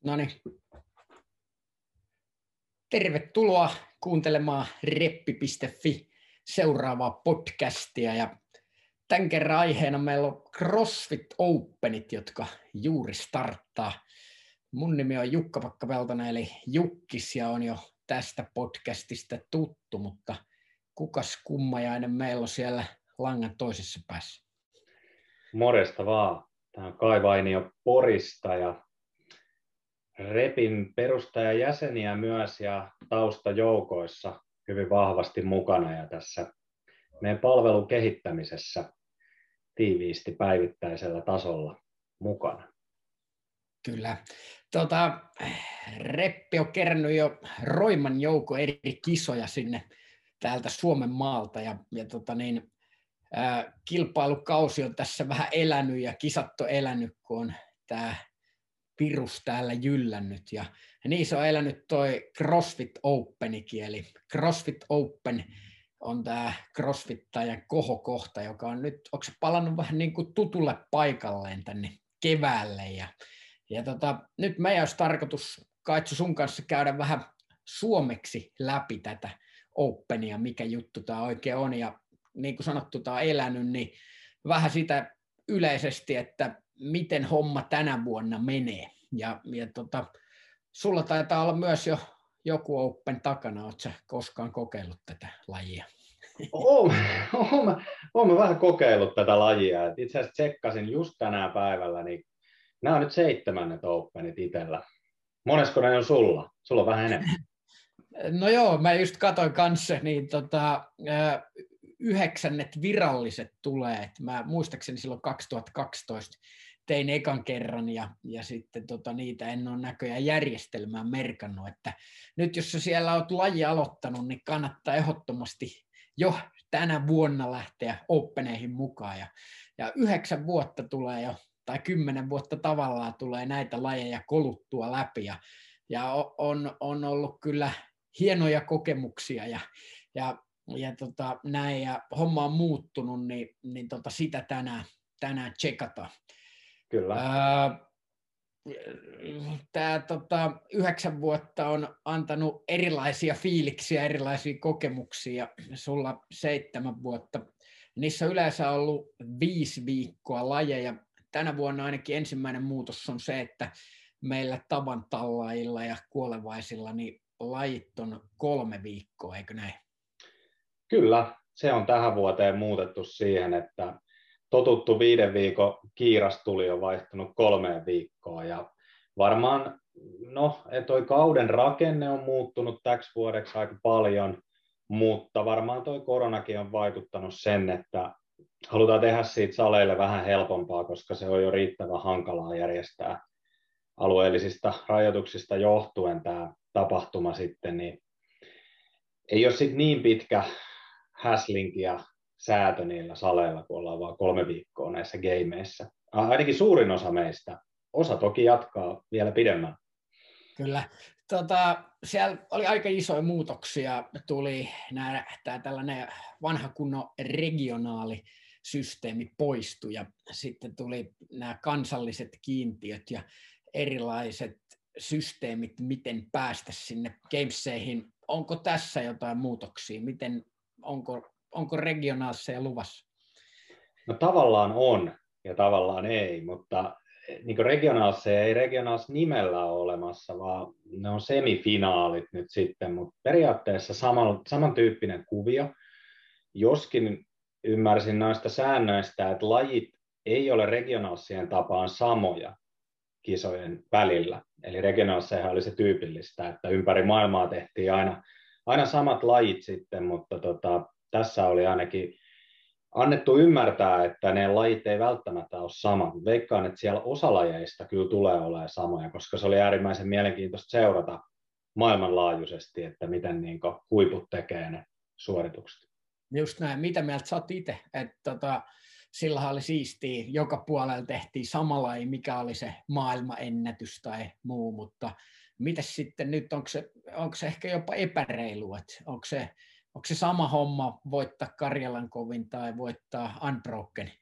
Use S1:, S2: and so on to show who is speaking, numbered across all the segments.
S1: No niin. Tervetuloa kuuntelemaan reppi.fi seuraavaa podcastia. Ja tämän kerran aiheena meillä on CrossFit Openit, jotka juuri starttaa. Mun nimi on Jukka Pakka-Peltonen eli Jukkis ja on jo tästä podcastista tuttu, mutta kukas kummajainen meillä on siellä langan toisessa päässä?
S2: Morjesta vaan. Tämä on Kai Vainio Porista ja Repin perustajajäseniä myös ja taustajoukoissa hyvin vahvasti mukana ja tässä meidän palvelun kehittämisessä tiiviisti päivittäisellä tasolla mukana.
S1: Kyllä. Reppi on kerännyt jo roiman joukko eri kisoja sinne täältä Suomen maalta ja kilpailukausi on tässä vähän elänyt ja kisat on elänyt, kun on tämä virus täällä jyllännyt. Ja niissä on elänyt toi CrossFit Openikin, eli CrossFit Open on tämä crossfittajan kohokohta, joka on nyt, onko se palannut vähän niin kuin tutulle paikalleen tänne keväälle. Ja nyt meidän olisi tarkoitus, Kaitsu, sun kanssa käydä vähän suomeksi läpi tätä Openia, mikä juttu tämä oikein on. Ja niin kuin sanottu, tämä on elänyt, niin vähän sitä yleisesti, että miten homma tänä vuonna menee. Ja sulla taitaa olla myös jo joku Open takana. Oletko sä koskaan kokeillut tätä lajia?
S2: Olen vähän kokeillut tätä lajia. Itse asiassa tsekkasin just tänään päivällä, niin nämä on nyt 7. Openit itsellä. Monesko ne on sulla? Sulla on vähän enemmän.
S1: No joo, mä just katsoin kanssa, niin 9 viralliset tulee. Et mä muistaakseni silloin 2012 tein ekan kerran ja sitten niitä en ole näköjään järjestelmään merkannut. Että nyt jos sä siellä oot laji aloittanut, niin kannattaa ehdottomasti jo tänä vuonna lähteä Openeihin mukaan. Ja 9 vuotta tulee jo, tai 10 vuotta tavallaan tulee näitä lajeja koluttua läpi. Ja on ollut kyllä hienoja kokemuksia ja näin, ja homma on muuttunut, niin sitä tänään tsekataan.
S2: Kyllä.
S1: Tämä 9 vuotta on antanut erilaisia fiiliksiä, erilaisia kokemuksia, sulla 7 vuotta. Niissä on yleensä ollut 5 viikkoa lajeja. Tänä vuonna ainakin ensimmäinen muutos on se, että meillä tavantallaajilla ja kuolevaisilla niin lajit on 3 viikkoa, eikö näin?
S2: Kyllä, se on tähän vuoteen muutettu siihen, että totuttu 5 viikon kiirastuli on vaihtunut 3 viikkoon ja varmaan, toi kauden rakenne on muuttunut täksi vuodeksi aika paljon, mutta varmaan toi koronakin on vaikuttanut sen, että halutaan tehdä siitä saleille vähän helpompaa, koska se on jo riittävän hankalaa järjestää alueellisista rajoituksista johtuen tämä tapahtuma sitten, niin ei ole sitten niin pitkä häslinki ja säätö niillä saleilla, kun ollaan vaan 3 viikkoa näissä gameissa. Ainakin suurin osa meistä. Osa toki jatkaa vielä pidemmän.
S1: Kyllä. Siellä oli aika isoja muutoksia. Tuli tämä tällainen vanha kunnon regionaalisysteemi poistui ja sitten tuli nämä kansalliset kiintiöt ja erilaiset systeemit, miten päästä sinne gameseihin. Onko tässä jotain muutoksia? Onko regionaalisseja luvassa?
S2: No tavallaan on ja tavallaan ei, mutta niin regionaalisseja ei regionaalis nimellä ole olemassa, vaan ne on semifinaalit nyt sitten, mutta periaatteessa samantyyppinen kuvio, joskin ymmärsin noista säännöistä, että lajit ei ole regionaalissien tapaan samoja kisojen välillä. Eli regionaalisseja oli se tyypillistä, että ympäri maailmaa tehtiin aina samat lajit sitten, mutta tässä oli ainakin annettu ymmärtää, että ne lajit ei välttämättä ole samat. Veikkaan, että siellä osa lajeista kyllä tulee olemaan samoja, koska se oli äärimmäisen mielenkiintoista seurata maailmanlaajuisesti, että miten huiput tekee ne suoritukset.
S1: Just näin. Mitä mieltä sä oot itse? Sillähän oli siistiä, joka puolella tehtiin sama laji, mikä oli se maailmanennätys tai muu, mutta mitäs sitten nyt, onko se ehkä jopa epäreilu, että onko se sama homma voittaa Karjalan kovin tai voittaa Unbroken?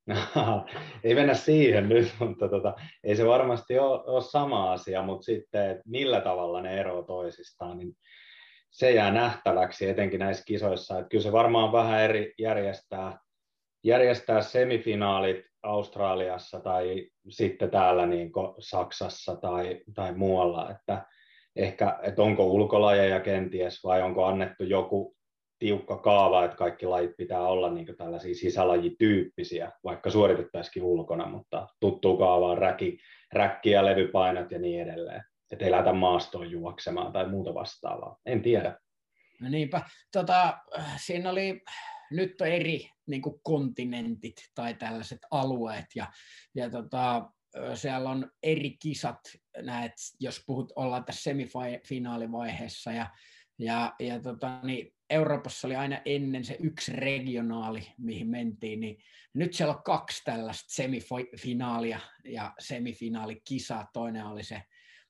S2: Ei mennä siihen nyt, mutta ei se varmasti ole sama asia, mutta sitten, että millä tavalla ne eroavat toisistaan, niin se jää nähtäväksi etenkin näissä kisoissa. Että kyllä se varmaan vähän eri järjestää semifinaalit Australiassa tai sitten täällä niin Saksassa tai muualla, että ehkä, että onko ulkolajeja kenties vai onko annettu joku tiukka kaava, että kaikki lajit pitää olla niin tällaisia sisälajityyppisiä, vaikka suoritettaisikin ulkona, mutta tuttuu kaavaan räkki ja levypainot ja niin edelleen. Että ei lähdetä maastoon juoksemaan tai muuta vastaavaa. En tiedä.
S1: No niinpä. Siinä oli nyt on eri niin kuin kontinentit tai tällaiset alueet ja siellä on eri kisat, näet, jos ollaan tässä semifinaalivaiheessa niin Euroopassa oli aina ennen se yksi regionaali, mihin mentiin, niin nyt siellä on 2 tällaista semifinaalia ja semifinaalikisa. Toinen oli se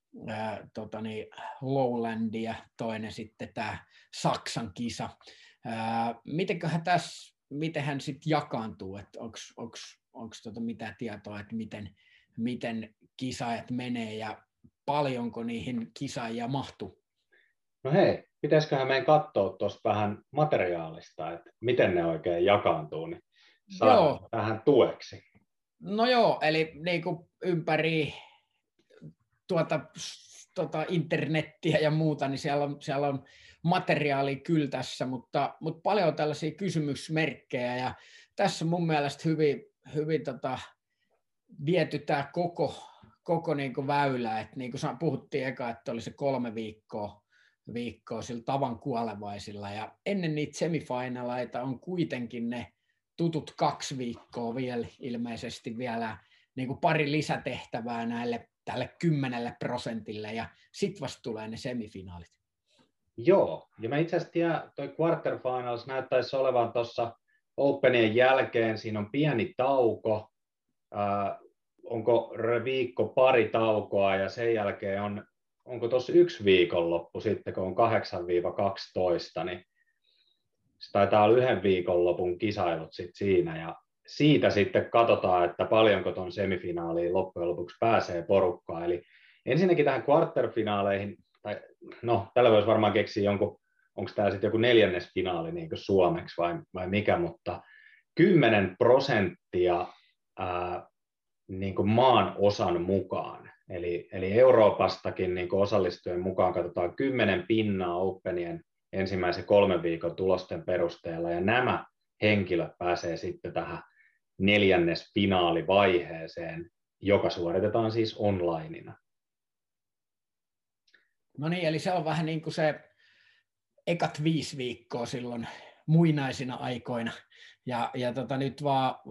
S1: Lowland ja toinen sitten tämä Saksan kisa. Mitenhän sitten jakaantuu, että onko mitään tietoa, että miten kisaajat menee ja paljonko niihin kisaajia mahtuu?
S2: No hei, pitäisiköhän meidän katsoa tuosta vähän materiaalista, että miten ne oikein jakaantuu, niin saadaan vähän tueksi.
S1: No joo, eli niin kuin ympäri internettiä ja muuta, niin siellä on materiaalia kyllä tässä, mutta paljon tällaisia kysymysmerkkejä, ja tässä mun mielestä hyvin viety tämä koko niin kuin väylä, että niin kuin puhuttiin eka, että oli se 3 viikkoa sillä tavan kuolevaisilla, ja ennen niitä semifinaleita on kuitenkin ne tutut 2 viikkoa vielä ilmeisesti vielä niin kuin pari lisätehtävää tälle 10%, ja sitten vasta tulee ne semifinaalit.
S2: Joo, ja mä itse asiassa tiedän, toi quarterfinals näyttäisi olevan tuossa Openien jälkeen, siinä on pieni tauko, onko viikko pari taukoa, ja sen jälkeen onko tuossa 1 viikonloppu sitten, kun on 8-12, niin se taitaa olla 1 viikonlopun kisailut sit siinä, ja siitä sitten katsotaan, että paljonko tuon semifinaaliin loppujen lopuksi pääsee porukkaa. Eli ensinnäkin tähän quarterfinaaleihin, tällä voisi varmaan keksiä jonkun, onko tämä sitten joku 4. finaali niin kuin suomeksi vai mikä, mutta 10% niin kuin maan osan mukaan. Eli Euroopastakin niin kuin osallistujien mukaan katsotaan 10 pinnaa Openien ensimmäisen 3 viikon tulosten perusteella, ja nämä henkilöt pääsee sitten tähän 4. finaalivaiheeseen, joka suoritetaan siis onlineina.
S1: No niin, eli se on vähän niin kuin se ekat 5 viikkoa silloin muinaisina aikoina, ja nyt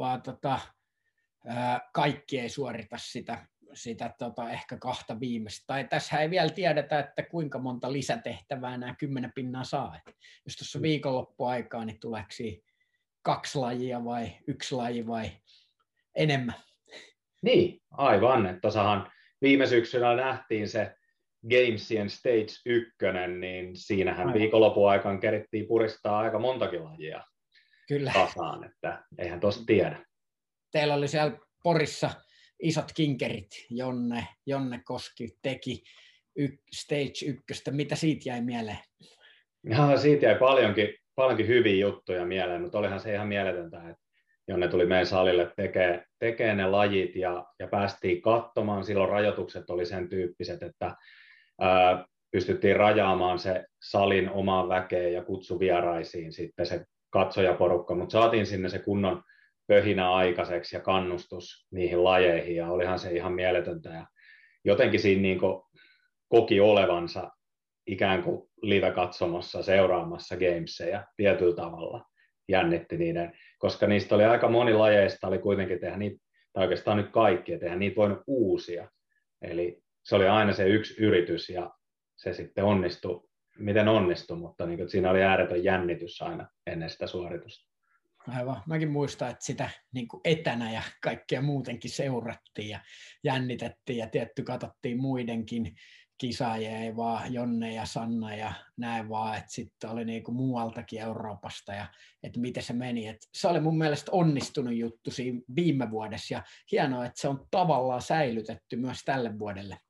S1: kaikki ei suorita sitä ehkä 2 viimeistä. Tai tässä ei vielä tiedetä, että kuinka monta lisätehtävää nämä 10 pinnaa saa. Että jos tuossa viikonloppuaikaa, niin tuleeko 2 lajia vai 1 laji vai enemmän?
S2: Niin, aivan. Että tuossahan viime syksynä nähtiin se Gamesien Stage 1, niin siinähän viikonlopun aikaan kerittiin puristaa aika montakin lajia.
S1: Kyllä.
S2: Tasaan, että eihän tuosta tiedä.
S1: Teillä oli siellä Porissa isot kinkerit, Jonne Koski teki Stage 1. Mitä siitä jäi mieleen?
S2: Siitä jäi paljonkin hyviä juttuja mieleen, mutta olihan se ihan mieletöntä, että Jonne tuli meidän salille tekee ne lajit ja päästiin katsomaan. Silloin rajoitukset oli sen tyyppiset, että pystyttiin rajaamaan se salin omaan väkeen ja kutsuvieraisiin sitten se katsojaporukka, mutta saatiin sinne se kunnon pöhinä aikaiseksi ja kannustus niihin lajeihin, ja olihan se ihan mieletöntä, ja jotenkin siinä niin koki olevansa ikään kuin live-katsomossa seuraamassa gameseja tietyllä tavalla, jännitti niiden, koska niistä oli aika moni lajeista, oli kuitenkin tehdä niitä, tai oikeastaan nyt kaikki, että eihän niitä voinut uusia, eli se oli aina se yksi yritys, ja se sitten onnistui, miten onnistui, mutta niin kuin, siinä oli ääretön jännitys aina ennen sitä suoritusta.
S1: Aivan. Mäkin muistan, että sitä niin kuin etänä ja kaikkea muutenkin seurattiin ja jännitettiin ja tietty katsottiin muidenkin kisaajia, ei vaan Jonne ja Sanna ja näin vaan, että sitten oli niinku muualtakin Euroopasta ja että miten se meni. Et se oli mun mielestä onnistunut juttu siinä viime vuodessa ja hienoa, että se on tavallaan säilytetty myös tälle vuodelle.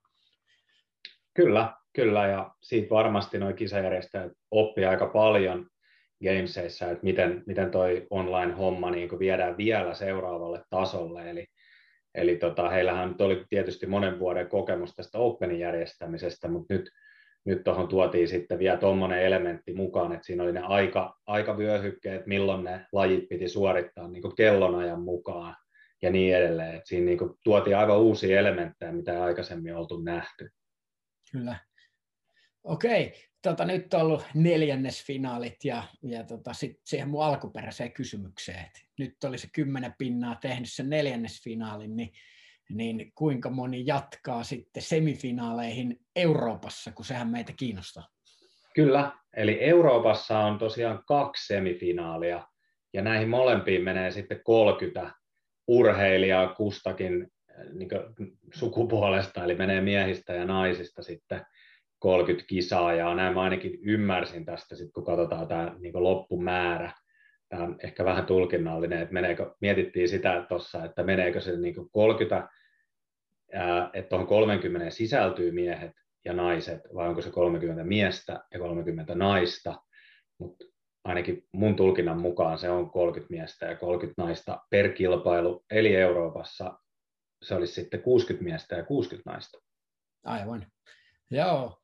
S2: Kyllä, ja siitä varmasti nuo kisajärjestäjät oppii aika paljon Gamesissa, että miten toi online-homma niin kuin viedään vielä seuraavalle tasolle, eli heillähän nyt oli tietysti monen vuoden kokemus tästä Openin järjestämisestä, mutta nyt tuohon tuotiin sitten vielä tuommoinen elementti mukaan, että siinä oli ne aikavyöhykkeet, milloin ne lajit piti suorittaa niin kuin kellonajan mukaan ja niin edelleen. Että siinä niin kuin tuotiin aivan uusia elementtejä, mitä ei aikaisemmin oltu nähty.
S1: Kyllä. Okei, nyt on ollut neljännesfinaalit ja sitten siihen mun alkuperäiseen kysymykseen. Et nyt oli se 10 pinnaa tehnyt sen neljännesfinaalin, niin kuinka moni jatkaa sitten semifinaaleihin Euroopassa, kun sehän meitä kiinnostaa?
S2: Kyllä, eli Euroopassa on tosiaan 2 semifinaalia ja näihin molempiin menee sitten 30 urheilijaa kustakin niin sukupuolesta, eli menee miehistä ja naisista sitten 30 kisaajaa. Näin mä ainakin ymmärsin tästä, sit kun katsotaan tämä niin loppumäärä. Tämä on ehkä vähän tulkinnallinen, että mietittiin sitä tuossa, että meneekö se niin 30, että tuohon 30 sisältyy miehet ja naiset, vai onko se 30 miestä ja 30 naista, mutta ainakin mun tulkinnan mukaan se on 30 miestä ja 30 naista per kilpailu, eli Euroopassa se olisi sitten 60 miestä ja 60 naista.
S1: Aivan. Joo.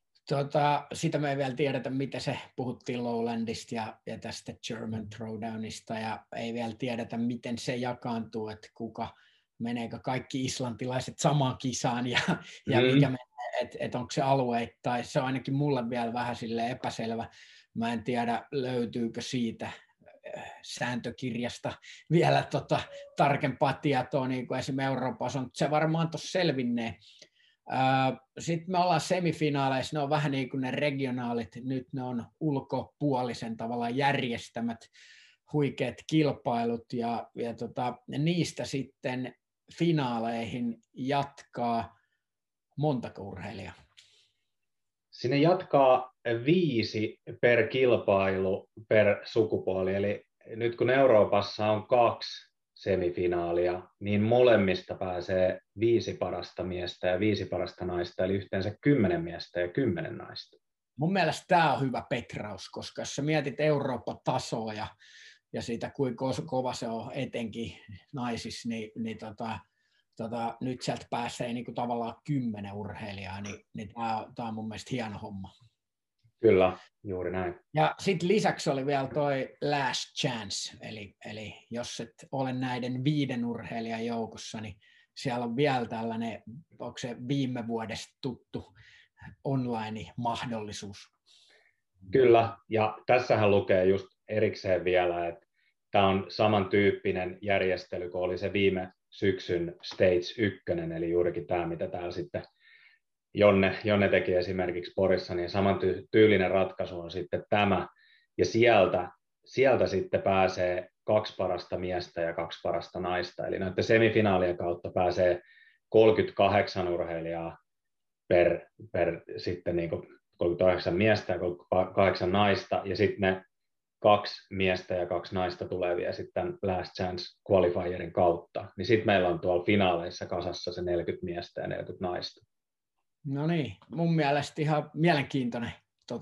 S1: Sitä me ei vielä tiedetä, mitä se puhuttiin Lowlandista ja tästä German Throwdownista, ja ei vielä tiedetä, miten se jakaantuu, että meneekö kaikki islantilaiset samaan kisaan, ja mikä menee, että onko se alueittain. Se on ainakin mulle vielä vähän sille epäselvä. Mä en tiedä, löytyykö siitä sääntökirjasta vielä tarkempaa tietoa, niin kuin esimerkiksi Euroopassa on, mutta se varmaan tuossa selvinnee. Sitten me ollaan semifinaaleissa, ne on vähän niin kuin ne regionaalit, nyt ne on ulkopuolisen tavallaan järjestämät huikeat kilpailut ja niistä sitten finaaleihin jatkaa montako urheilijaa?
S2: Sinne jatkaa 5 per kilpailu per sukupuoli, eli nyt kun Euroopassa on 2 semifinaalia, niin molemmista pääsee 5 parasta miestä ja 5 parasta naista, eli yhteensä 10 miestä ja 10 naista.
S1: Mun mielestä tämä on hyvä petraus, koska jos sä mietit Eurooppa-tasoa ja siitä, kuinka kova se on etenkin naisissa, niin nyt sieltä pääsee niin kuin tavallaan 10 urheilijaa, niin tämä on mun mielestä hieno homma.
S2: Kyllä, juuri näin.
S1: Ja sitten lisäksi oli vielä toi last chance, eli jos et ole näiden 5 urheilijan joukossa, niin siellä on vielä tällainen, onko se viime vuodesta tuttu online-mahdollisuus.
S2: Kyllä, ja tässähän lukee just erikseen vielä, että tämä on samantyyppinen järjestely kuin oli se viime syksyn Stage 1, eli juurikin tämä, mitä täällä sitten Jonne teki esimerkiksi Porissa, niin samantyylinen ratkaisu on sitten tämä, ja sieltä sitten pääsee 2 parasta miestä ja 2 parasta naista, eli näiden semifinaalien kautta pääsee 38 urheilijaa per sitten niin kuin 38 miestä ja 38 naista, ja sitten ne 2 miestä ja 2 naista tulee vielä sitten Last Chance qualifierin kautta, niin sitten meillä on tuolla finaaleissa kasassa se 40 miestä ja 40 naista.
S1: No niin, mun mielestä ihan mielenkiintoinen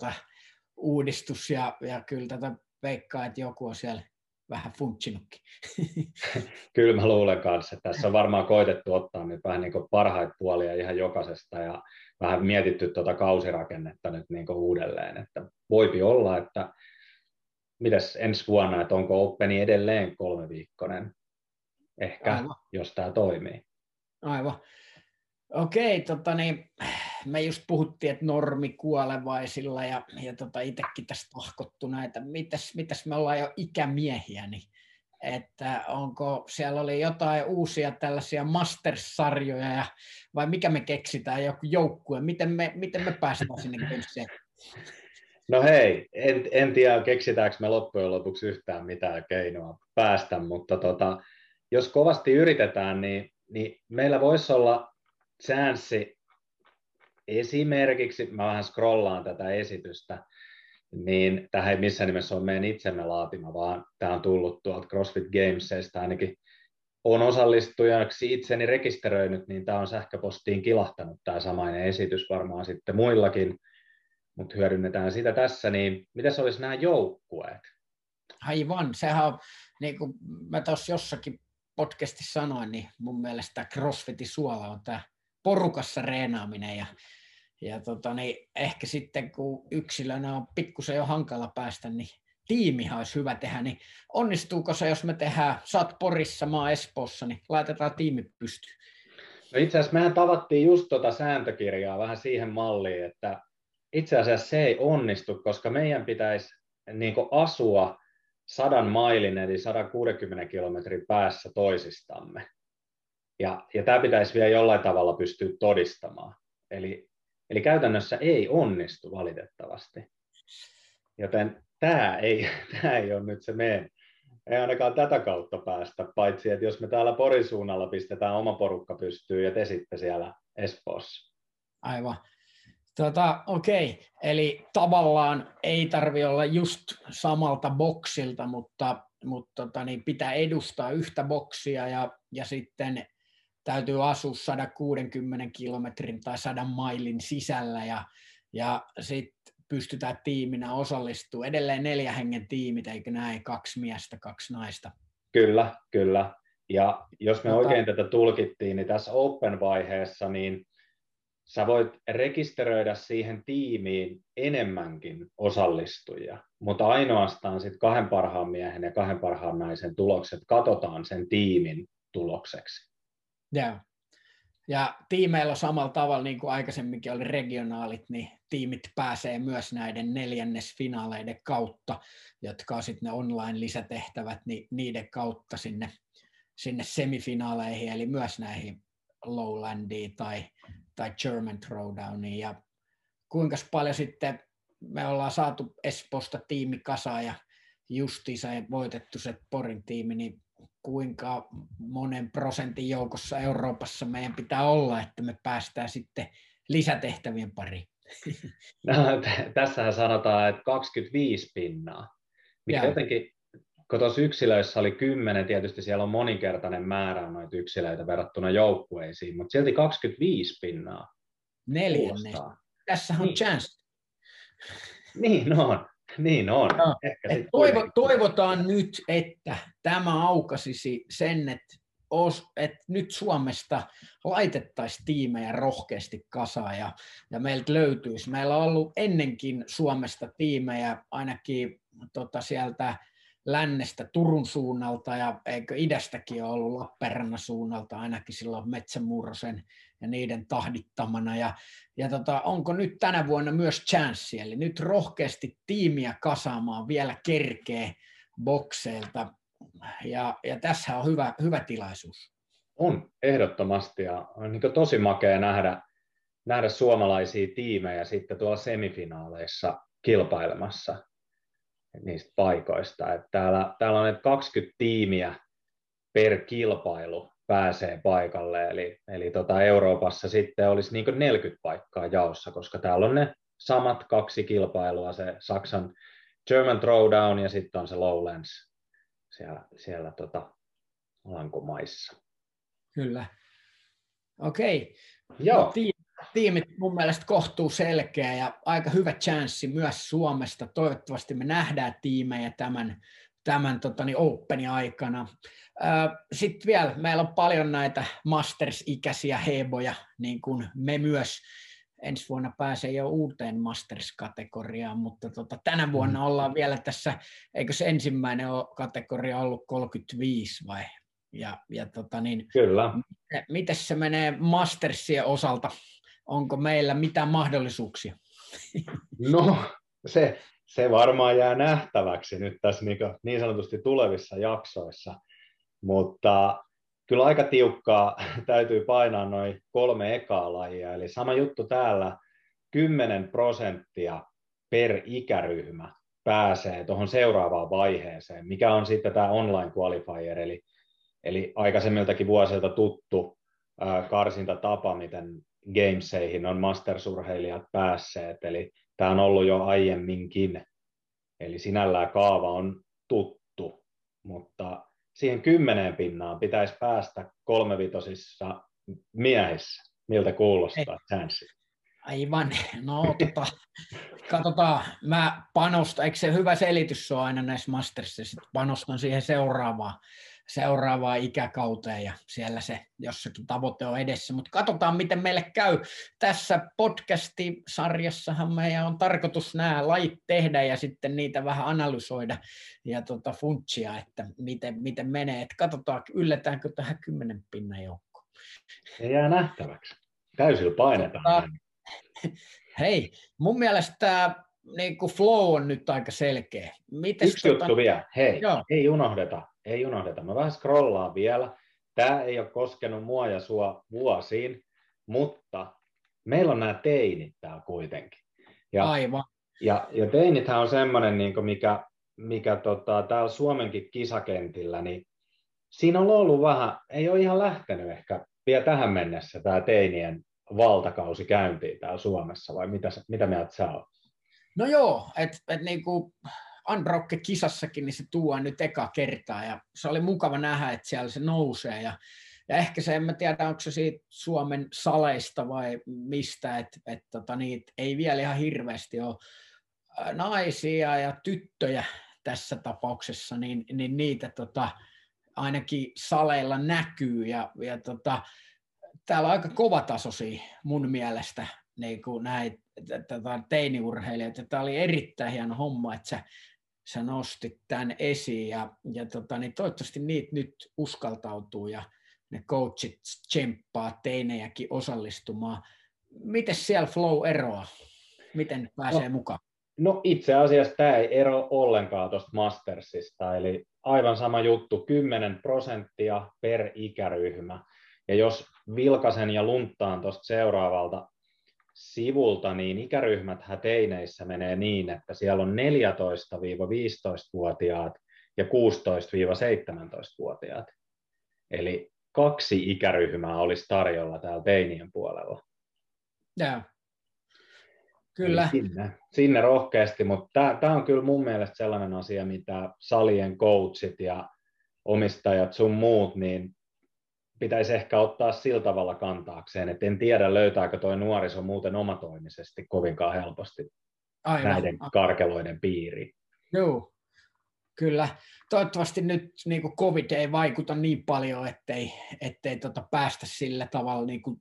S1: uudistus ja kyllä tätä veikkaa, että joku on siellä vähän funtsinutkin.
S2: Kyllä mä luulen kanssa, että tässä on varmaan koitettu ottaa nyt vähän niin kuin parhaita puolia ihan jokaisesta ja vähän mietitty kausirakennetta nyt niin kuin uudelleen, että voipi olla, että mitäs ensi vuonna, että onko Openi edelleen 3-viikkoinen ehkä, aivan, jos tämä toimii.
S1: Aivan. Okei, me just puhuttiin, että normi kuolevaisilla ja itsekin tästä tahkottu näitä. Mitäs me ollaan jo ikämiehiä, niin että onko siellä oli jotain uusia tällaisia Masters-sarjoja vai mikä me keksitään, joku joukkue, miten me päästään sinne Gameseen?
S2: No hei, en tiedä keksitäänkö me loppujen lopuksi yhtään mitään keinoa päästä, mutta jos kovasti yritetään, niin meillä voisi olla chanssi esimerkiksi, mä vähän scrollaan tätä esitystä, niin tähän ei missään nimessä ole meidän itsemme laatima, vaan tämä on tullut tuolta CrossFit Gamesista, ainakin olen osallistujaksi itseni rekisteröinyt, niin tämä on sähköpostiin kilahtanut tämä samainen esitys varmaan sitten muillakin, mutta hyödynnetään sitä tässä, niin mitä se olisi nämä joukkueet?
S1: Aivan, sehän on, niin kuin mä tuossa jossakin podcastissa sanoin, niin mun mielestä CrossFitin suola on tämä porukassa reenaaminen ja niin ehkä sitten kun yksilönä on pikkusen jo hankala päästä, niin tiimihan olisi hyvä tehdä, niin onnistuuko se, jos me tehdään, sä oot Porissa, mä oon Espoossa, niin laitetaan tiimi pystyyn.
S2: No itse asiassa mehän tavattiin just tuota sääntökirjaa vähän siihen malliin, että itse asiassa se ei onnistu, koska meidän pitäisi niin kuin asua 100 mailin eli 160 kilometrin päässä toisistamme. Ja tämä pitäisi vielä jollain tavalla pystyä todistamaan. Eli käytännössä ei onnistu valitettavasti. Joten tämä ei ole nyt se meidän. Ei ainakaan tätä kautta päästä, paitsi että jos me täällä Porin suunnalla pistetään oma porukka pystyyn ja te sitten siellä Espoossa.
S1: Aivan. Okei, eli tavallaan ei tarvitse olla just samalta boksilta, mutta niin pitää edustaa yhtä boksia ja sitten täytyy asua 160 kilometrin tai 100 mailin sisällä ja sitten pystytään tiiminä osallistumaan. Edelleen 4 hengen tiimit, eikö näin? 2 miestä, 2 naista.
S2: Kyllä. Ja jos me oikein tätä tulkittiin, niin tässä Open-vaiheessa niin sä voit rekisteröidä siihen tiimiin enemmänkin osallistujia, mutta ainoastaan sit 2 parhaan miehen ja 2 parhaan naisen tulokset katsotaan sen tiimin tulokseksi.
S1: Joo. Ja tiimeillä on samalla tavalla, niin kuin aikaisemminkin oli regionaalit, niin tiimit pääsee myös näiden neljännesfinaaleiden kautta, jotka on sitten ne online-lisätehtävät, niin niiden kautta sinne semifinaaleihin, eli myös näihin Lowlandiin tai German Throwdowniin. Ja kuinka paljon sitten me ollaan saatu Espoosta tiimi kasaan ja justiinsa voitettu se Porin tiimi, niin kuinka monen prosentin joukossa Euroopassa meidän pitää olla, että me päästään sitten lisätehtävien pariin?
S2: No, tässähän sanotaan, että 25 pinnaa. Mikä jotenkin, kun tuossa yksilöissä oli 10, tietysti siellä on moninkertainen määrä noita yksilöitä verrattuna joukkueisiin, mutta silti 25 pinnaa.
S1: 4. Tässähän on chance.
S2: Niin on.
S1: No, toivotaan nyt, että tämä aukaisisi sen, että nyt Suomesta laitettaisiin tiimejä rohkeasti kasaan ja meiltä löytyisi. Meillä on ollut ennenkin Suomesta tiimejä ainakin sieltä lännestä Turun suunnalta ja eikö idästäkin ole ollut Lappeenrannan suunnalta ainakin silloin Metsämurrosen ja niiden tahdittamana. Ja onko nyt tänä vuonna myös chanssi, eli nyt rohkeasti tiimiä kasaamaan vielä kerkee bokseilta ja tässä on hyvä tilaisuus.
S2: On ehdottomasti ja on niin tosi makea nähdä suomalaisia tiimejä sitten tuolla semifinaaleissa kilpailemassa niistä paikoista. Että täällä on 20 tiimiä per kilpailu pääsee paikalle, eli Euroopassa sitten olisi niin 40 paikkaa jaossa, koska täällä on ne samat 2 kilpailua, se Saksan German Throwdown ja sitten on se Lowlands siellä Alankomaissa.
S1: Kyllä. Okei.
S2: Joo.
S1: No, tiimit mun mielestä kohtuu selkeä ja aika hyvä chanssi myös Suomesta. Toivottavasti me nähdään tiimejä tämän Openin aikana. Sitten vielä, meillä on paljon näitä Masters-ikäisiä heboja, niin kuin me myös ensi vuonna pääsee jo uuteen Masters-kategoriaan, mutta tänä vuonna ollaan vielä tässä, eikö se ensimmäinen kategoria ollut 35 vai?
S2: Kyllä.
S1: Miten se menee Mastersien osalta? Onko meillä mitään mahdollisuuksia?
S2: No, se varmaan jää nähtäväksi nyt tässä niin sanotusti tulevissa jaksoissa, mutta kyllä aika tiukkaa täytyy painaa noin 3 ekaa lajia, eli sama juttu täällä, 10% per ikäryhmä pääsee tuohon seuraavaan vaiheeseen, mikä on sitten tämä online qualifier, eli aikaisemmiltakin vuosilta tuttu karsintatapa, Gameseihin on Masters-urheilijat päässeet, eli tämä on ollut jo aiemminkin, eli sinällään kaava on tuttu, mutta siihen 10 pinnaan pitäisi päästä 3-vitosissa miehissä. Miltä kuulostaa, Chansey?
S1: Aivan, no katsotaan, mä panostan, eikö se hyvä selitys ole aina näissä Mastersissa, panostan siihen seuraavaan ikäkauteen ja siellä se jossakin tavoite on edessä, mutta katsotaan miten meille käy. Tässä podcastisarjassahan meidän on tarkoitus nämä lajit tehdä ja sitten niitä vähän analysoida ja funtsia, että miten menee, että katsotaan ylletäänkö tähän 10 pinnan joukkoon.
S2: Se jää nähtäväksi, täysillä painetaan.
S1: Hei, mun mielestä tämä niin flow on nyt aika selkeä.
S2: Yksi juttu vielä, hei, ei unohdeta. Mä vähän scrollaan vielä. Tämä ei ole koskenut mua ja sua vuosiin, mutta meillä on nämä teinit täällä kuitenkin.
S1: Aivan.
S2: Ja teinithän on semmoinen, niin mikä täällä Suomenkin kisakentillä, niin siinä on ollut vähän, ei ole ihan lähtenyt ehkä vielä tähän mennessä tämä teinien valtakausi käyntiin täällä Suomessa, vai mitä mieltä sä oot?
S1: No joo, että niinku Unbroke-kisassakin niin se tuodaan nyt eka kertaa, ja se oli mukava nähdä, että siellä se nousee, ja ehkä se, en mä tiedä, onko se siitä Suomen saleista vai mistä, että niitä ei vielä ihan hirveästi ole naisia ja tyttöjä tässä tapauksessa, niin niitä ainakin saleilla näkyy, ja täällä on aika kovatasoisia mun mielestä niin kuin näitä teiniurheilijoita. Tämä oli erittäin hieno homma, että sä nostit tämän esiin ja niin toivottavasti niitä nyt uskaltautuu ja ne coachit tsemppaa teinejäkin osallistumaan. Miten siellä flow eroaa? Miten pääsee mukaan?
S2: No itse asiassa tämä ei ero ollenkaan tuosta Mastersista, eli aivan sama juttu, 10% per ikäryhmä. Ja jos vilkasen ja lunttaan tuosta seuraavalta sivulta, niin ikäryhmäthän teineissä menee niin, että siellä on 14-15-vuotiaat ja 16-17-vuotiaat. Eli 2 ikäryhmää olisi tarjolla täällä teinien puolella.
S1: Joo. Kyllä.
S2: Sinne rohkeasti, mutta tämä on kyllä mun mielestä sellainen asia, mitä salien coachit ja omistajat sun muut, niin pitäisi ehkä ottaa sillä tavalla kantaakseen, että en tiedä löytääkö tuo nuoriso muuten omatoimisesti kovinkaan helposti näiden karkeloiden piiriin.
S1: Joo, kyllä. Toivottavasti nyt niin kuin COVID ei vaikuta niin paljon, ettei päästä sillä tavalla, niin kuin,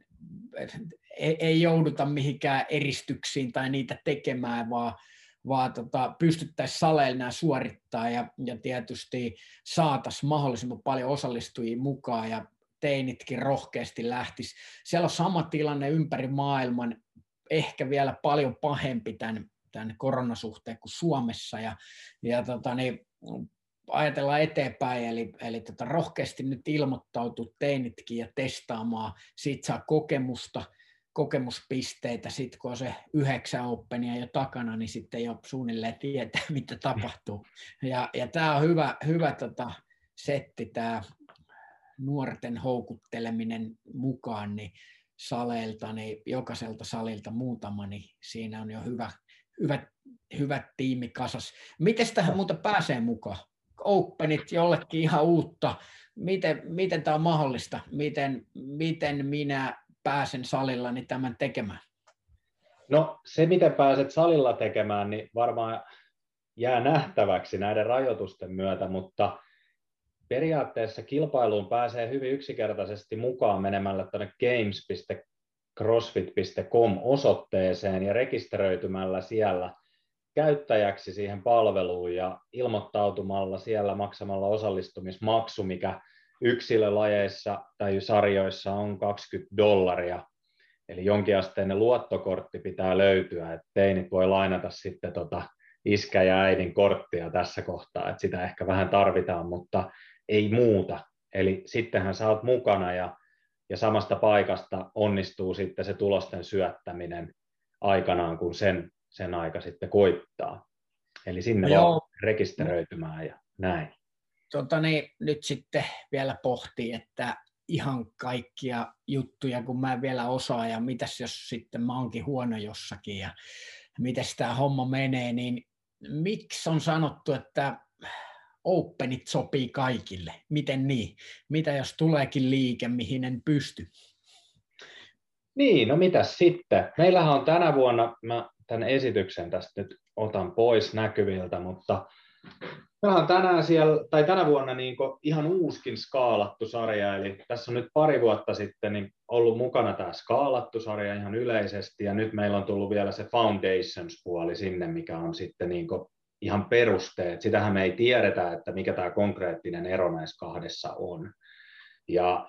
S1: ei jouduta mihinkään eristyksiin tai niitä tekemään, vaan pystyttäisiin saleilla nämä suorittaa ja tietysti saataisiin mahdollisimman paljon osallistujia mukaan ja teinitkin rohkeasti lähtisi. Siellä on sama tilanne ympäri maailman, ehkä vielä paljon pahempi tämän koronasuhteen kuin Suomessa ja niin ajatellaan eteenpäin, eli rohkeasti nyt ilmoittautuu teinitkin ja testaamaan, siitä saa kokemuspisteitä, sitten kun on se 9 Openia jo takana, niin sitten jo suunnilleen tietää, mitä tapahtuu. Ja tämä on hyvä setti, tämä nuorten houkutteleminen mukaan niin saleilta, niin jokaiselta salilta muutama, niin siinä on jo hyvä tiimi kasas. Miten tähän muuta pääsee mukaan? Openit jollekin ihan uutta. Miten tämä on mahdollista? Miten minä pääsen salillani tämän tekemään?
S2: No se, miten pääset salilla tekemään, niin varmaan jää nähtäväksi näiden rajoitusten myötä, mutta periaatteessa kilpailuun pääsee hyvin yksinkertaisesti mukaan menemällä tuonne games.crossfit.com osoitteeseen ja rekisteröitymällä siellä käyttäjäksi siihen palveluun ja ilmoittautumalla siellä maksamalla osallistumismaksu, mikä yksilölajeissa tai sarjoissa on $20. Eli jonkinasteinen luottokortti pitää löytyä, että teinit voi lainata sitten iskä ja äidin korttia tässä kohtaa, että sitä ehkä vähän tarvitaan, mutta ei muuta. Eli sittenhän sä oot mukana ja samasta paikasta onnistuu sitten se tulosten syöttäminen aikanaan, kun sen aika sitten koittaa. Eli sinne vaan rekisteröitymään ja näin.
S1: Nyt sitten vielä pohtii, että ihan kaikkia juttuja, kun mä en vielä osaa, ja mitäs jos sitten mä oonkin huono jossakin, ja miten tämä homma menee, niin miksi on sanottu, että openit sopii kaikille? Miten niin? Mitä jos tuleekin liike, mihin en pysty?
S2: Niin, no mitäs sitten? Meillähän on tänä vuonna, mä tämän esityksen tästä nyt otan pois näkyviltä, mutta meillä on tänä vuonna niin ihan uuskin skaalattu sarja, eli tässä on nyt pari vuotta sitten niin ollut mukana tämä skaalattu sarja ihan yleisesti, ja nyt meillä on tullut vielä se Foundations-puoli sinne, mikä on sitten niin ihan perusteet. Sitähän me ei tiedetä, että mikä tämä konkreettinen ero näissä kahdessa on. Ja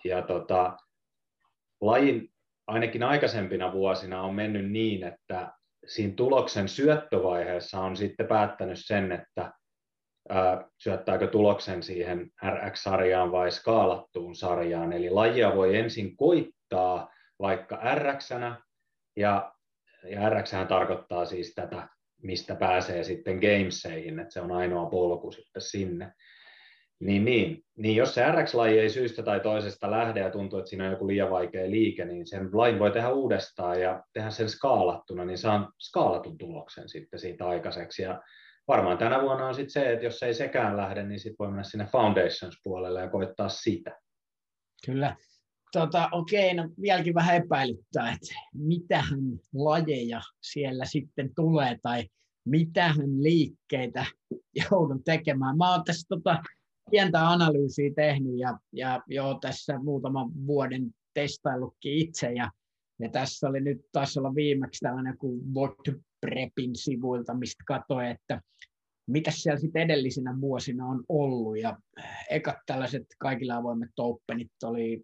S2: lajin ainakin aikaisempina vuosina on mennyt niin, että siinä tuloksen syöttövaiheessa on sitten päättänyt sen, että syöttääkö tuloksen siihen RX-sarjaan vai skaalattuun sarjaan. Eli lajia voi ensin koittaa vaikka RX-nä, ja RX-hän tarkoittaa siis tätä, mistä pääsee sitten gameseihin, että se on ainoa polku sitten sinne. Niin, jos se RX-laji ei syystä tai toisesta lähde ja tuntuu, että siinä on joku liian vaikea liike, niin sen lajin voi tehdä uudestaan ja tehdä sen skaalattuna, niin saan skaalatun tuloksen sitten siitä aikaiseksi. Ja varmaan tänä vuonna on sitten se, että jos ei sekään lähde, niin sitten voi mennä sinne Foundations-puolelle ja koittaa sitä.
S1: Kyllä. Okei, no vieläkin vähän epäilyttää, että mitähän lajeja siellä sitten tulee tai mitähän liikkeitä joudun tekemään. Mä oon tässä pientä analyysiä tehnyt ja jo tässä muutaman vuoden testaillutkin itse ja tässä oli nyt, taisi olla viimeksi tällainen kuin WordPrepin sivuilta, mistä katsoin, että mitä siellä sitten edellisinä vuosina on ollut ja ekat tällaiset kaikilla avoimet openit oli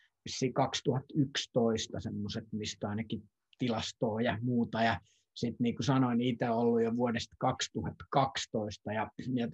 S1: 2011 semmoiset, mistä ainakin tilastoa ja muuta ja sitten niin kuin sanoin, itse ollut jo vuodesta 2012 ja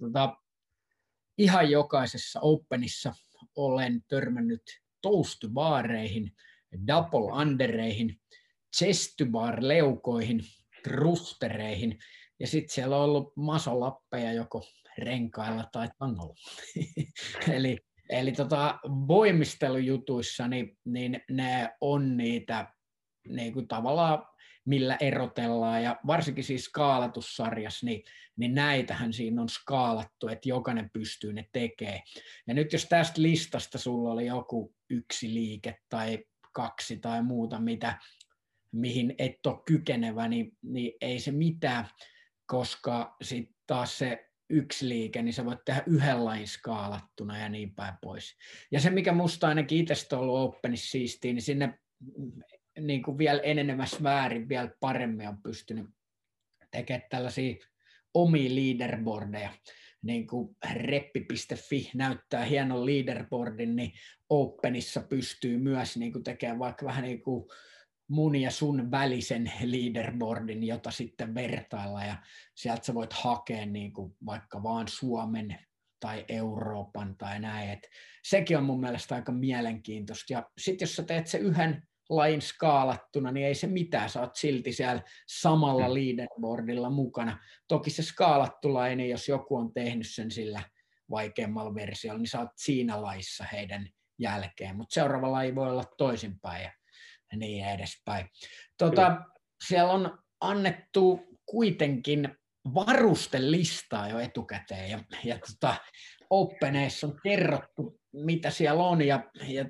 S1: ihan jokaisessa openissa olen törmännyt toast-to-baareihin, double undereihin, chest-to-bar-leukoihin, thrustereihin ja sitten siellä on ollut masolappeja joko renkailla tai tangolla. eli voimistelujutuissa niin ne on niitä niin kuin tavallaan millä erotellaan, ja varsinkin siis skaalatussarjassa, niin näitähän siinä on skaalattu, että jokainen pystyy ne tekemään. Ja nyt jos tästä listasta sulla oli joku yksi liike tai kaksi tai muuta, mihin et ole kykenevä, niin ei se mitään, koska sitten taas se yksi liike, niin sä voit tehdä yhden lain skaalattuna ja niin päin pois. Ja se, mikä musta ainakin itsestä on ollut openissa siistiä, niin sinne niin kuin vielä enenevässä määrin vielä paremmin on pystynyt tekemään tällaisia omia leaderboardeja. Niin kuin reppi.fi näyttää hienon leaderboardin, niin Openissa pystyy myös niin kuin tekemään vaikka vähän niin kuin mun ja sun välisen leaderboardin, jota sitten vertailla ja sieltä sä voit hakea niin kuin vaikka vaan Suomen tai Euroopan tai näin. Et sekin on mun mielestä aika mielenkiintoista. Ja sitten jos sä teet se yhden lajin skaalattuna, niin ei se mitään, sä oot silti siellä samalla leaderboardilla mukana. Toki se skaalattu laji, niin jos joku on tehnyt sen sillä vaikeammalla versiolla, niin sä oot siinä lajissa heidän jälkeen, mutta seuraava laji voi olla toisinpäin ja niin edespäin. Siellä on annettu kuitenkin varustelistaa jo etukäteen ja Openeissa on kerrottu, mitä siellä on ja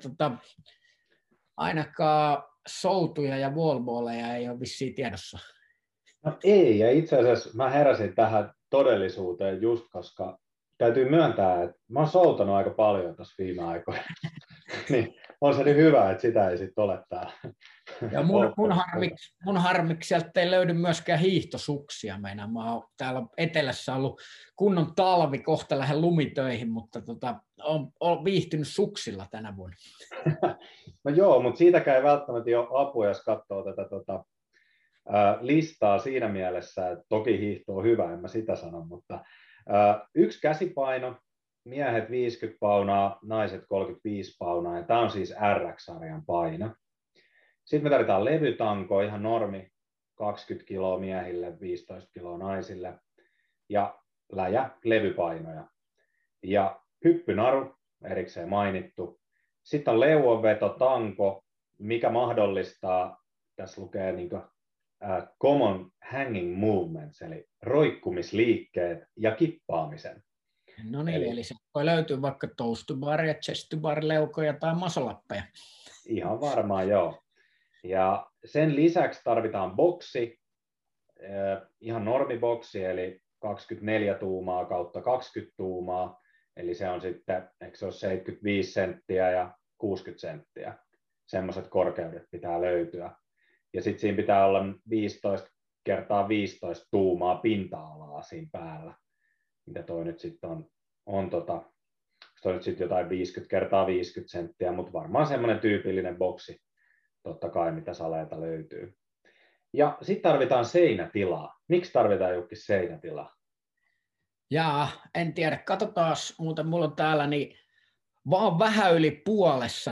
S1: ainakaan soutuja ja wallballeja ei ole vissiin tiedossa.
S2: No ei, ja itse asiassa mä heräsin tähän todellisuuteen just, koska täytyy myöntää, että mä oon soutanut aika paljon tässä viime aikoina. Niin on se nyt hyvä, että sitä ei sitten ole täällä.
S1: Ja mun harmiksi sieltä ei löydy myöskään hiihtosuksia. Mä oon täällä etelässä ollut kunnon talvi, kohta lähden lumitöihin, mutta on viihtynyt suksilla tänä vuonna.
S2: No joo, mutta siitäkään ei välttämättä ole apua, jos katsoo tätä listaa siinä mielessä, että toki hiihto on hyvä, en mä sitä sano, mutta yksi käsipaino, miehet 50 paunaa, naiset 35 paunaa, ja tämä on siis RX-sarjan paino. Sitten me tarvitaan levytanko, ihan normi, 20 kiloa miehille, 15 kiloa naisille, ja levypainoja. Ja hyppynaru, erikseen mainittu, Sitten on leuanveto, tanko, mikä mahdollistaa, tässä lukee niin kuin, common hanging movements, eli roikkumisliikkeet ja kippaamisen.
S1: No niin, eli se voi löytyä vaikka toast to bar ja chest to bar leukoja tai masolappeja.
S2: Ihan varmaan joo. Ja sen lisäksi tarvitaan boksi, ihan normiboksi, eli 24 tuumaa kautta 20 tuumaa, eli se on sitten, eikö se ole 75 senttiä ja 60 senttiä. Semmoiset korkeudet pitää löytyä. Ja sitten siinä pitää olla 15 kertaa 15 tuumaa pinta-alaa siinä päällä, mitä toi nyt sitten on toi nyt sitten jotain 50 kertaa 50 senttiä, mutta varmaan semmoinen tyypillinen boksi, totta kai, mitä saleilta löytyy. Ja sitten tarvitaan seinätilaa. Miksi tarvitaan jokin seinätilaa?
S1: Jaa, en tiedä. Katsotaan, muuten mulla on täällä niin vaan vähän yli puolessa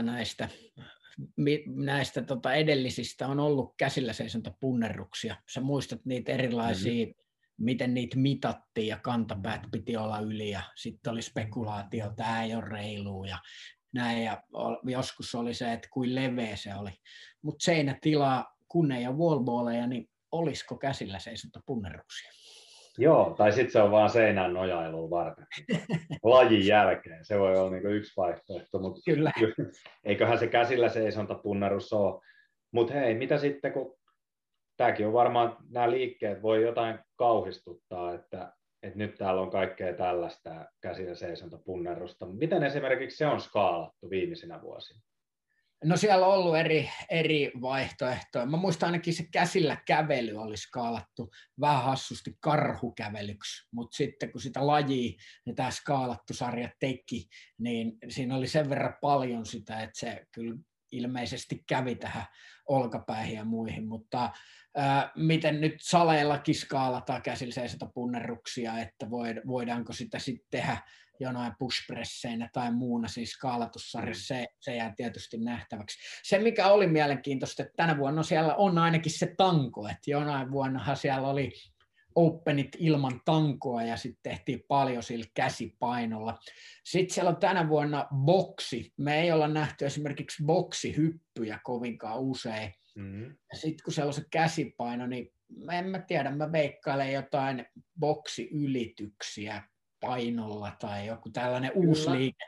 S1: näistä edellisistä on ollut käsillä seisontapunnerruksia. Sä muistat niitä erilaisia, miten niitä mitattiin ja kantapäät piti olla yli ja sitten oli spekulaatio, tämä ei ole reilu ja näin. Ja joskus oli se, että kuin leveä se oli. Mutta seinätilaa, kun ei ole wallballeja, niin olisiko käsillä seisontapunneruksia?
S2: Joo, tai sitten se on vaan seinään nojailua varten lajin jälkeen. Se voi olla niinku yksi vaihtoehto, mutta eiköhän se käsillä seisontapunnerus ole. Mutta hei, mitä sitten, kun tämäkin on varmaan, nämä liikkeet voi jotain kauhistuttaa, että nyt täällä on kaikkea tällaista käsillä seisontapunnerusta. Miten esimerkiksi se on skaalattu viimeisinä vuosina?
S1: No siellä on ollut eri vaihtoehtoja. Mä muistan ainakin se käsillä kävely oli skaalattu vähän hassusti karhukävelyksi, mutta sitten kun sitä lajia ja tämä skaalattu sarja teki, niin siinä oli sen verran paljon sitä, että se kyllä ilmeisesti kävi tähän olkapäihin ja muihin, mutta miten nyt saleillakin skaalataan käsillä seisontapunneruksia, että voidaanko sitä sitten tehdä jonain pushpresseinä tai muuna, siis skaalatussarjassa, se jää tietysti nähtäväksi. Se, mikä oli mielenkiintoista, että tänä vuonna siellä on ainakin se tanko, että jonain vuonnahan siellä oli openit ilman tankoa ja sitten tehtiin paljon sillä käsipainolla. Sitten siellä on tänä vuonna boksi. Me ei olla nähty esimerkiksi boksihyppyjä kovinkaan usein. Sitten kun siellä on se käsipaino, niin en mä tiedä, mä veikkailen jotain boksiylityksiä painolla tai joku tällainen uusi liike.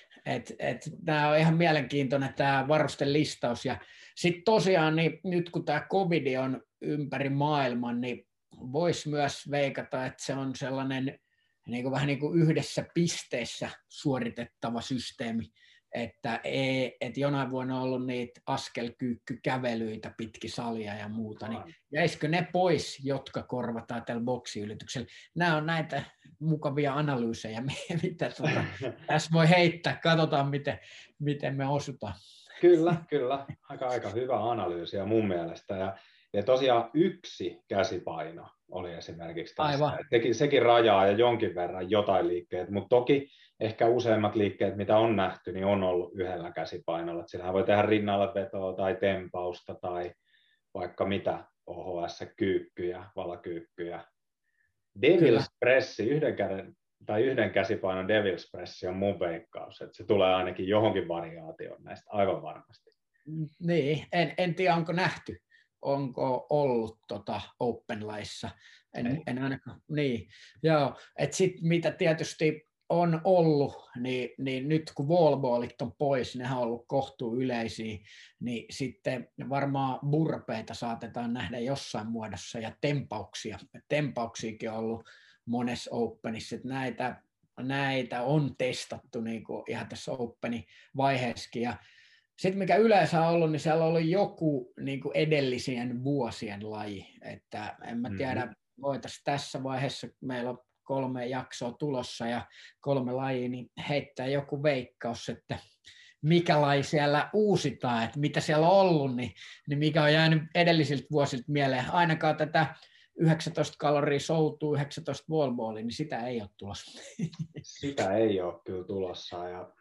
S1: Tämä on ihan mielenkiintoinen tämä varustelistaus. Ja sitten tosiaan niin nyt kun tämä covid on ympäri maailman, niin voisi myös veikata, että se on sellainen niin kuin vähän niin kuin yhdessä pisteessä suoritettava systeemi, että jonain vuonna on ollut niitä askelkyykkykävelyitä pitki salia ja muuta, niin jäisikö ne pois, jotka korvataan tällä boksiylityksellä? Nämä on näitä mukavia analyysejä, mitä tässä voi heittää, katsotaan miten me osutaan.
S2: Kyllä. Aika hyvä analyysi ja mun mielestä. Ja tosiaan yksi käsipaino oli esimerkiksi tässä. Sekin rajaa ja jonkin verran jotain liikkeet, mutta toki ehkä useimmat liikkeet, mitä on nähty, niin on ollut yhdellä käsipainolla. Et sillähän voi tehdä rinnalle vetoa tai tempausta tai vaikka mitä OHS-kyykkyjä, valakyykkyjä. Devil's Pressi, yhden käsipainon Devil's Pressi on mun veikkaus, että se tulee ainakin johonkin variaatioon näistä aivan varmasti.
S1: Niin, en tiedä onko nähty. Onko ollut Open-laissa? En ainakaan. Niin, joo. Et sit mitä tietysti on ollut, niin nyt kun wallballit on pois, nehän on ollut kohtuu yleisiä, niin sitten varmaan burpeita saatetaan nähdä jossain muodossa ja tempauksia. Tempauksiakin on ollut monessa Openissa, että näitä on testattu niin kuin ihan tässä Openin vaiheessakin. Ja sitten mikä yleensä on ollut, niin siellä on ollut joku niin kuin edellisien vuosien laji. Että en mä tiedä, voitaisiin tässä vaiheessa, meillä on 3 jaksoa tulossa ja 3 lajia, niin heittää joku veikkaus, että mikä laji siellä uusitaan, että mitä siellä on ollut, niin mikä on jäänyt edellisiltä vuosilta mieleen. Ainakaan tätä 19 kaloria soutuu, 19 wallballia, niin sitä ei ole tulossa.
S2: Sitä ei ole kyllä tulossa.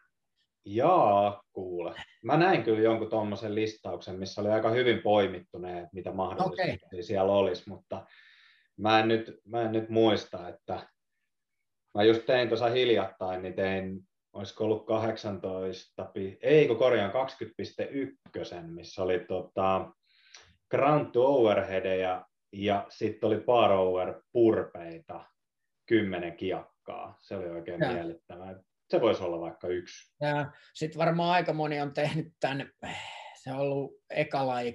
S2: Jaa, kuule. Mä näin kyllä jonkun tuommoisen listauksen, missä oli aika hyvin poimittu ne, mitä mahdollisuuksia siellä olisi, mutta mä en nyt muista, että mä just tein tuossa hiljattain, niin olisiko ollut 18, eikö korjaan 20,1, missä oli Grunt overheadeja ja sitten oli bar over purpeita 10 kiakkaa. Se oli oikein miellyttävää. Se voisi olla vaikka yksi.
S1: Sitten varmaan aika moni on tehnyt tämän, se on ollut eka laji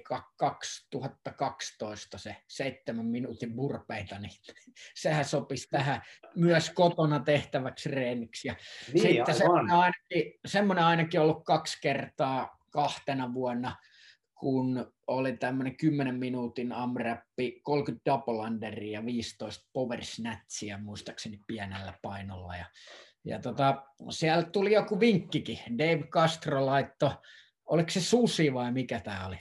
S1: 2012 se 7 minuutin burpeita, niin sehän sopisi tähän myös kotona tehtäväksi reeniksi. Ja
S2: niin,
S1: sitten semmoinen ainakin ollut 2 kertaa 2 vuonna, kun oli tämmöinen 10 minuutin AMRAP, 30 double underia ja 15 power snatchia muistaakseni pienellä painolla. Ja siellä tuli joku vinkkikin. Dave Castro laittoi, oliko se susi vai mikä tämä oli?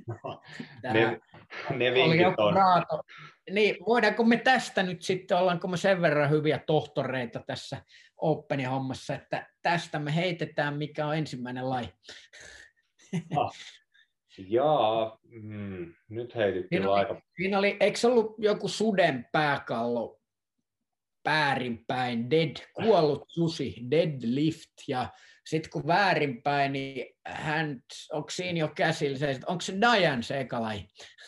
S2: Ne vinkit on.
S1: Raato. Niin, voidaanko me tästä nyt sitten, ollaanko me sen verran hyviä tohtoreita tässä Openin hommassa, että tästä me heitetään, mikä on ensimmäinen laji.
S2: Jaa, nyt heitit kyllä aika.
S1: Siinä oli, eikö ollut joku suden pääkallo väärinpäin, kuollut susi, deadlift, ja sitten kun väärinpäin, niin onko siinä jo käsillä se, onko se Diane se eka laji?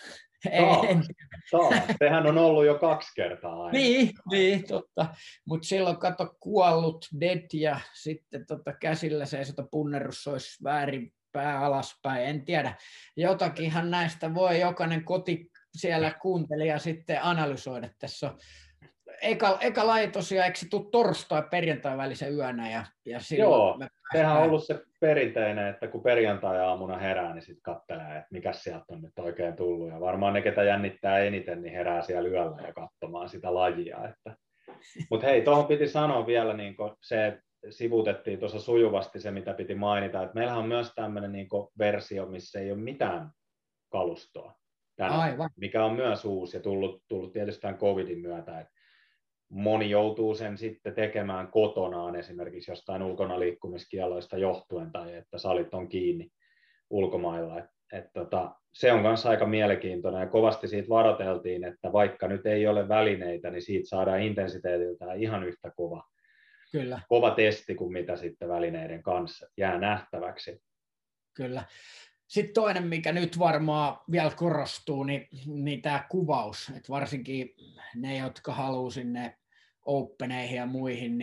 S2: Sehän on ollut jo 2 kertaa aina.
S1: Niin, totta. Mutta silloin kato kuollut, dead, ja sitten käsillä se punnerus olisi väärin pää alaspäin, en tiedä. Jotakinhan näistä voi jokainen koti siellä kuuntelija sitten analysoida. Tässä on eka laji tosiaan, eikö se tule torstai-perjantai välisen yönä? Ja
S2: joo, sehän on ollut se perinteinen, että kun perjantai-aamuna herää, niin sitten katselee, että mikä sieltä on nyt oikein tullut. Ja varmaan ne, ketä jännittää eniten, niin herää siellä yöllä ja katsomaan sitä lajia. Mutta hei, tuohon piti sanoa vielä niin se, sivutettiin tuossa sujuvasti se, mitä piti mainita, että meillähän on myös tämmöinen niin versio, missä ei ole mitään kalustoa tänään, mikä on myös uusi ja tullut tietysti tämän covidin myötä, että moni joutuu sen sitten tekemään kotonaan esimerkiksi jostain ulkona liikkumiskielloista johtuen tai että salit on kiinni ulkomailla. Se on myös aika mielenkiintoinen ja kovasti siitä varoiteltiin, että vaikka nyt ei ole välineitä, niin siitä saadaan intensiteetiltään ihan yhtä kova testi kuin mitä sitten välineiden kanssa jää nähtäväksi.
S1: Kyllä. Sitten toinen, mikä nyt varmaan vielä korostuu, niin tämä kuvaus. Et varsinkin ne, jotka haluaa sinne openeihin ja muihin,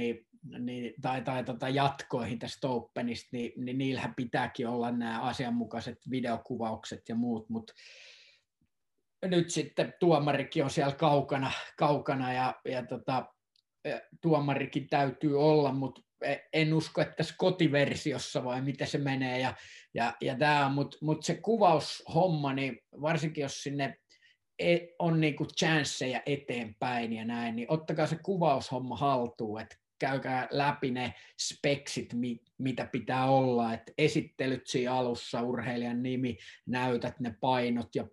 S1: tai jatkoihin tästä openista, niin niillähän pitääkin olla nämä asianmukaiset videokuvaukset ja muut, mutta nyt sitten tuomarikin on siellä kaukana ja tuomarikin täytyy olla, mutta en usko, että tässä kotiversiossa vai miten se menee. Mutta se kuvaushomma, niin varsinkin jos sinne on niinku chanceja eteenpäin ja näin, niin ottakaa se kuvaushomma haltuun, että käykää läpi ne speksit, mitä pitää olla, että esittelyt siinä alussa, urheilijan nimi, näytät ne painot ja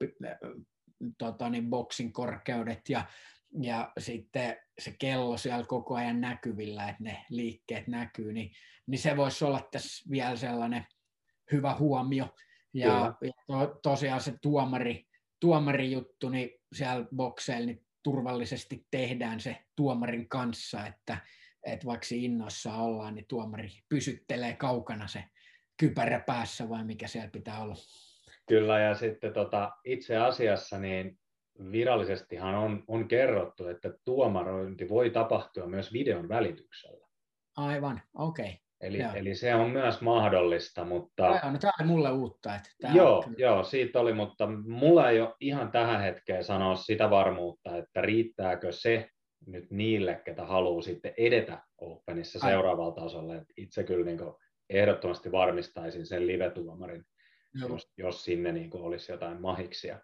S1: boksin korkeudet ja sitten se kello siellä koko ajan näkyvillä, että ne liikkeet näkyy, niin se voisi olla tässä vielä sellainen hyvä huomio. Ja tosiaan se tuomarijuttu, niin siellä bokseilla niin turvallisesti tehdään se tuomarin kanssa, että vaikka innoissaan ollaan, niin tuomari pysyttelee kaukana se kypärä päässä vai mikä siellä pitää olla.
S2: Kyllä, ja sitten itse asiassa niin virallisestihan on kerrottu, että tuomarointi voi tapahtua myös videon välityksellä.
S1: Aivan, okei. Okay.
S2: Eli se on myös mahdollista, mutta...
S1: Tämä on mulle uutta. Että
S2: joo, siitä oli, mutta mulla ei ole ihan tähän hetkeen sanoa sitä varmuutta, että riittääkö se nyt niille, ketä haluaa sitten edetä Openissa seuraavalla tasolla. Että itse kyllä niin ehdottomasti varmistaisin sen live-tuomarin, jos sinne niin olisi jotain mahiksia.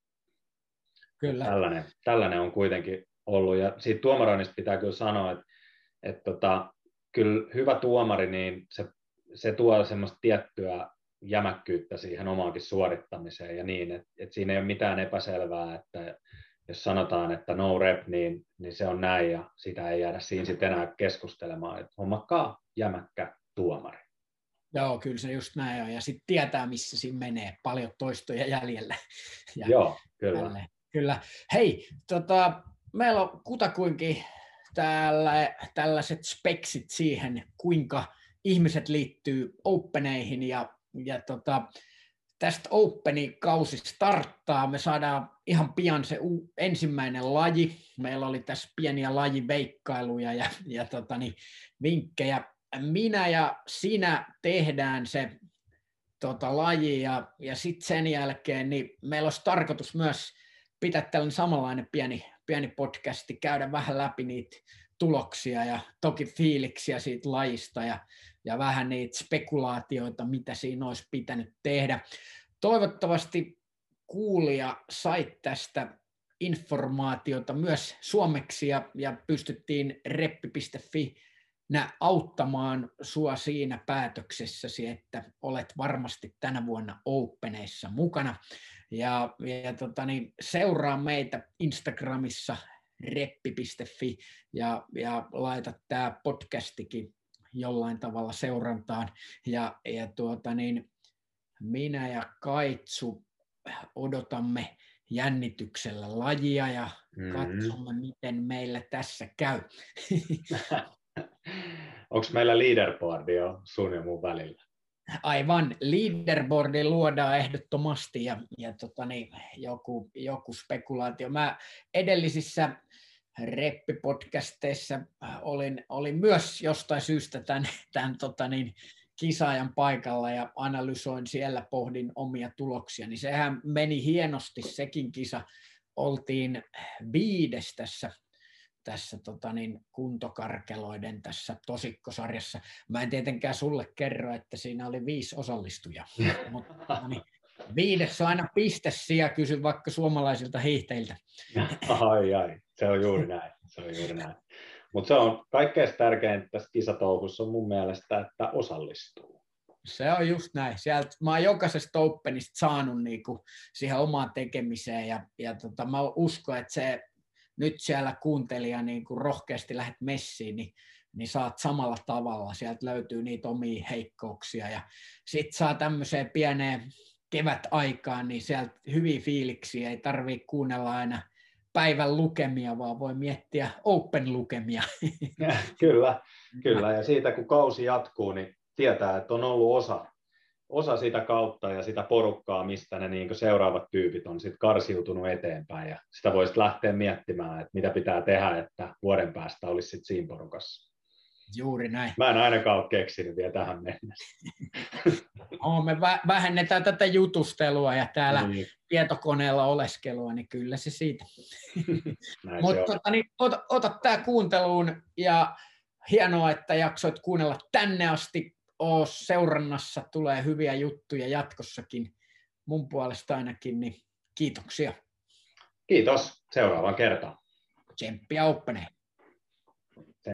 S1: Kyllä.
S2: Tällainen on kuitenkin ollut, ja siitä tuomaroinnista pitää kyllä sanoa, että kyllä hyvä tuomari, niin se tuo semmoista tiettyä jämäkkyyttä siihen omaankin suorittamiseen ja niin, että siinä ei ole mitään epäselvää, että jos sanotaan, että no rep, niin se on näin ja sitä ei jäädä siinä sitten enää keskustelemaan, että hommakkaa jämäkkä tuomari.
S1: Joo, kyllä se just näin on, ja sitten tietää, missä siinä menee, paljon toistoja jäljellä.
S2: Joo, kyllä.
S1: Kyllä. Hei, meillä on kutakuinkin tällaiset speksit siihen, kuinka ihmiset liittyy Openeihin ja tästä Openin kausi starttaa. Me saadaan ihan pian se ensimmäinen laji. Meillä oli tässä pieniä lajiveikkailuja ja vinkkejä. Minä ja sinä tehdään se laji ja sitten sen jälkeen niin meillä olisi tarkoitus myös pitää tällainen samanlainen pieni podcasti, käydä vähän läpi niitä tuloksia ja toki fiiliksiä siitä lajista ja vähän niitä spekulaatioita, mitä siinä olisi pitänyt tehdä. Toivottavasti kuulija sai tästä informaatiota myös suomeksi ja pystyttiin reppi.fi auttamaan sua siinä päätöksessäsi, että olet varmasti tänä vuonna Openeissa mukana. Ja seuraa meitä Instagramissa reppi.fi ja laita tämä podcastikin jollain tavalla seurantaan. Ja minä ja Kaitsu odotamme jännityksellä lajia ja katsomme, miten meillä tässä käy.
S2: Onko meillä leaderboardia sun ja mun välillä?
S1: Aivan, leaderboardi luodaan ehdottomasti ja joku spekulaatio. Mä edellisissä reppipodcasteissa olin myös jostain syystä tämän kisaajan paikalla ja analysoin siellä, pohdin omia tuloksia, niin sehän meni hienosti sekin kisa. Oltiin 5. tässä kuntokarkeloiden tässä tosikkosarjassa. Mä en tietenkään sulle kerro, että siinä oli 5 osallistujaa, mutta 5 on aina pistesija, kysy vaikka suomalaisilta hiihtäjiltä.
S2: Ai, se on juuri näin. Mutta se on kaikkein tärkeintä tässä kisatouhussa on mun mielestä, että osallistuu.
S1: Se on just näin. Mä oon jokaisesta Openista saanut niinku siihen omaan tekemiseen ja mä uskon, että se nyt siellä kuuntelija niin kun rohkeasti lähdet messiin, niin saat samalla tavalla. Sieltä löytyy niitä omia heikkouksia ja sit saa tämmöiseen pieneen kevätaikaan, niin sieltä hyviä fiiliksiä. Ei tarvitse kuunnella aina päivän lukemia, vaan voi miettiä Open-lukemia.
S2: Kyllä. Ja siitä kun kausi jatkuu, niin tietää, että on ollut osa sitä kautta ja sitä porukkaa, mistä ne niin seuraavat tyypit on sit karsiutunut eteenpäin. Ja sitä voisi lähteä miettimään, että mitä pitää tehdä, että vuoden päästä olisi sit siinä porukassa.
S1: Juuri näin.
S2: Mä en ainakaan ole keksinyt vielä tähän mennessä.
S1: Me vähennetään tätä jutustelua ja täällä tietokoneella oleskelua, niin kyllä se siitä. Mutta ota tämä kuunteluun ja hienoa, että jaksoit kuunnella tänne asti. Oo seurannassa, tulee hyviä juttuja jatkossakin. Mun puolesta ainakin, niin kiitoksia.
S2: Kiitos. Seuraavaan kertaan.
S1: Tsemppiä Openeen.